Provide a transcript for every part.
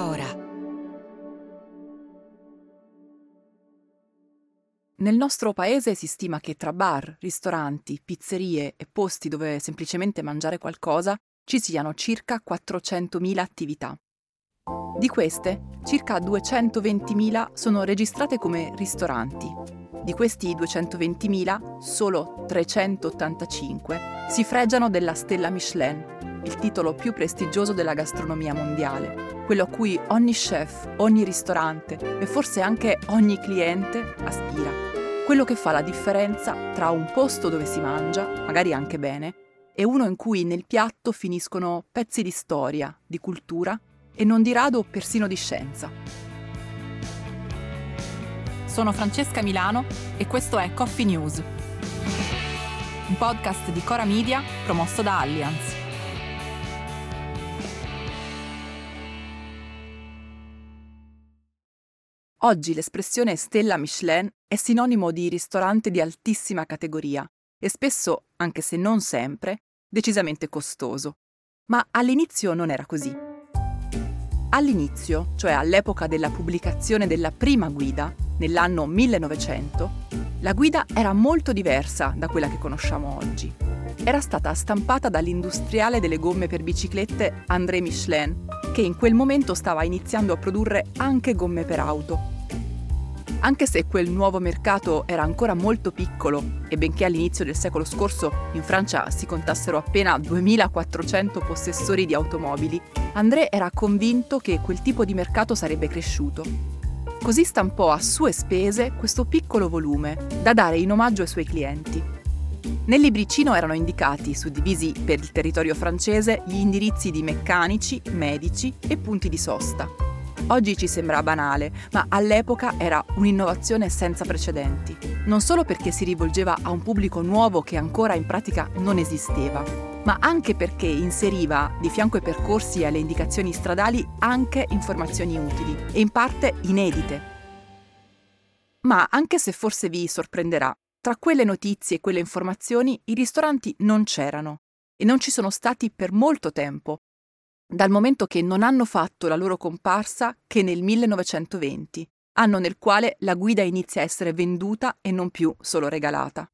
ora. Nel nostro paese si stima che tra bar, ristoranti, pizzerie e posti dove semplicemente mangiare qualcosa ci siano circa 400.000 attività. Di queste, circa 220.000 sono registrate come ristoranti. Di questi 220.000, solo 385 si fregiano della stella Michelin, il titolo più prestigioso della gastronomia mondiale, quello a cui ogni chef, ogni ristorante e forse anche ogni cliente aspira. Quello che fa la differenza tra un posto dove si mangia, magari anche bene, e uno in cui nel piatto finiscono pezzi di storia, di cultura e non di rado persino di scienza. Sono Francesca Milano e questo è Coffee News, un podcast di Cora Media promosso da Allianz. Oggi l'espressione stella Michelin è sinonimo di ristorante di altissima categoria e spesso, anche se non sempre, decisamente costoso. Ma all'inizio non era così. All'inizio, cioè all'epoca della pubblicazione della prima guida, nell'anno 1900, la guida era molto diversa da quella che conosciamo oggi. Era stata stampata dall'industriale delle gomme per biciclette André Michelin, che in quel momento stava iniziando a produrre anche gomme per auto. Anche se quel nuovo mercato era ancora molto piccolo e benché all'inizio del secolo scorso in Francia si contassero appena 2400 possessori di automobili, André era convinto che quel tipo di mercato sarebbe cresciuto. Così stampò a sue spese questo piccolo volume da dare in omaggio ai suoi clienti. Nel libricino erano indicati, suddivisi per il territorio francese, gli indirizzi di meccanici, medici e punti di sosta. Oggi ci sembra banale, ma all'epoca era un'innovazione senza precedenti. Non solo perché si rivolgeva a un pubblico nuovo che ancora in pratica non esisteva, ma anche perché inseriva, di fianco ai percorsi e alle indicazioni stradali, anche informazioni utili e in parte inedite. Ma anche se forse vi sorprenderà, tra quelle notizie e quelle informazioni i ristoranti non c'erano e non ci sono stati per molto tempo, dal momento che non hanno fatto la loro comparsa che nel 1920, anno nel quale la guida inizia a essere venduta e non più solo regalata.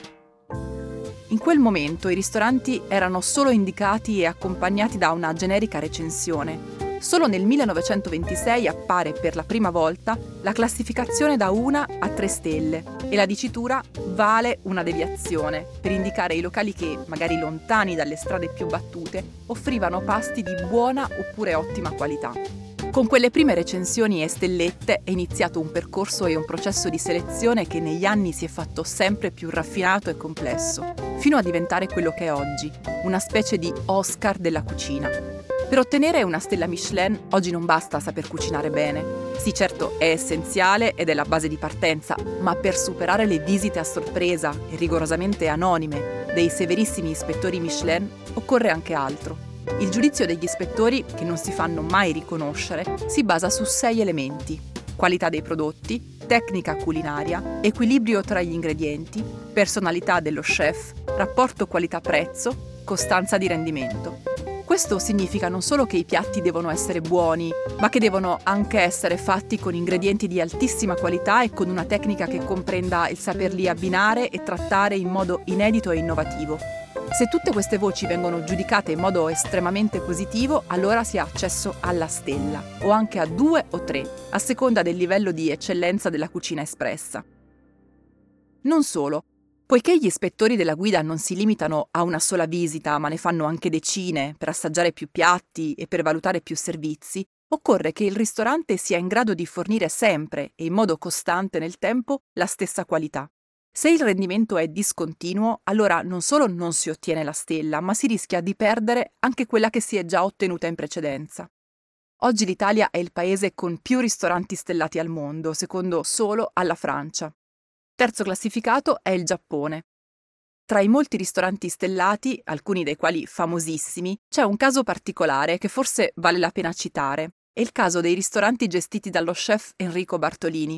In quel momento i ristoranti erano solo indicati e accompagnati da una generica recensione. Solo nel 1926 appare per la prima volta la classificazione da 1 a 3 stelle e la dicitura vale una deviazione per indicare i locali che, magari lontani dalle strade più battute, offrivano pasti di buona oppure ottima qualità. Con quelle prime recensioni e stellette è iniziato un percorso e un processo di selezione che negli anni si è fatto sempre più raffinato e complesso, fino a diventare quello che è oggi, una specie di Oscar della cucina. Per ottenere una stella Michelin oggi non basta saper cucinare bene. Sì, certo, è essenziale ed è la base di partenza, ma per superare le visite a sorpresa e rigorosamente anonime dei severissimi ispettori Michelin occorre anche altro. Il giudizio degli ispettori, che non si fanno mai riconoscere, si basa su 6 elementi: qualità dei prodotti, tecnica culinaria, equilibrio tra gli ingredienti, personalità dello chef, rapporto qualità-prezzo, costanza di rendimento. Questo significa non solo che i piatti devono essere buoni, ma che devono anche essere fatti con ingredienti di altissima qualità e con una tecnica che comprenda il saperli abbinare e trattare in modo inedito e innovativo. Se tutte queste voci vengono giudicate in modo estremamente positivo, allora si ha accesso alla stella, o anche a 2 o 3, a seconda del livello di eccellenza della cucina espressa. Non solo. Poiché gli ispettori della guida non si limitano a una sola visita, ma ne fanno anche decine per assaggiare più piatti e per valutare più servizi, occorre che il ristorante sia in grado di fornire sempre e in modo costante nel tempo la stessa qualità. Se il rendimento è discontinuo, allora non solo non si ottiene la stella, ma si rischia di perdere anche quella che si è già ottenuta in precedenza. Oggi l'Italia è il paese con più ristoranti stellati al mondo, secondo solo alla Francia. Terzo classificato è il Giappone. Tra i molti ristoranti stellati, alcuni dei quali famosissimi, c'è un caso particolare che forse vale la pena citare. È il caso dei ristoranti gestiti dallo chef Enrico Bartolini.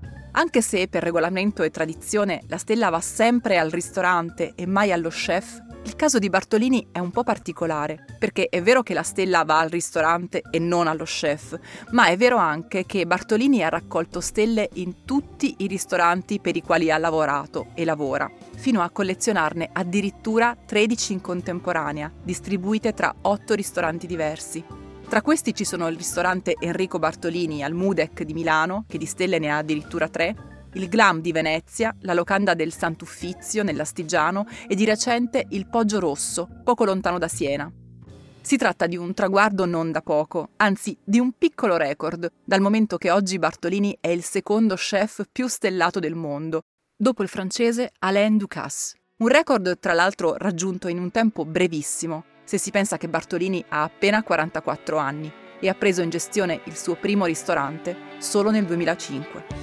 Anche se per regolamento e tradizione la stella va sempre al ristorante e mai allo chef, Il caso di Bartolini è un po' particolare, perché è vero che la stella va al ristorante e non allo chef, ma è vero anche che Bartolini ha raccolto stelle in tutti i ristoranti per i quali ha lavorato e lavora, fino a collezionarne addirittura 13 in contemporanea, distribuite tra 8 ristoranti diversi. Tra questi ci sono il ristorante Enrico Bartolini al Mudec di Milano, che di stelle ne ha addirittura 3, il Glam di Venezia, la locanda del Sant'Uffizio nell'Astigiano e di recente il Poggio Rosso, poco lontano da Siena. Si tratta di un traguardo non da poco, anzi di un piccolo record, dal momento che oggi Bartolini è il secondo chef più stellato del mondo, dopo il francese Alain Ducasse. Un record tra l'altro raggiunto in un tempo brevissimo, se si pensa che Bartolini ha appena 44 anni e ha preso in gestione il suo primo ristorante solo nel 2005.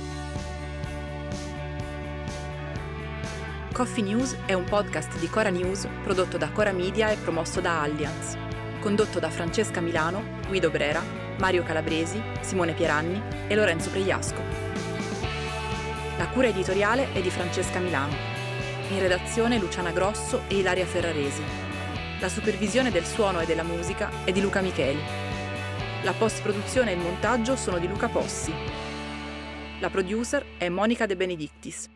Coffee News è un podcast di Cora News prodotto da Cora Media e promosso da Allianz. Condotto da Francesca Milano, Guido Brera, Mario Calabresi, Simone Pieranni e Lorenzo Pregliasco. La cura editoriale è di Francesca Milano. In redazione Luciana Grosso e Ilaria Ferraresi. La supervisione del suono e della musica è di Luca Micheli. La post-produzione e il montaggio sono di Luca Possi. La producer è Monica De Benedictis.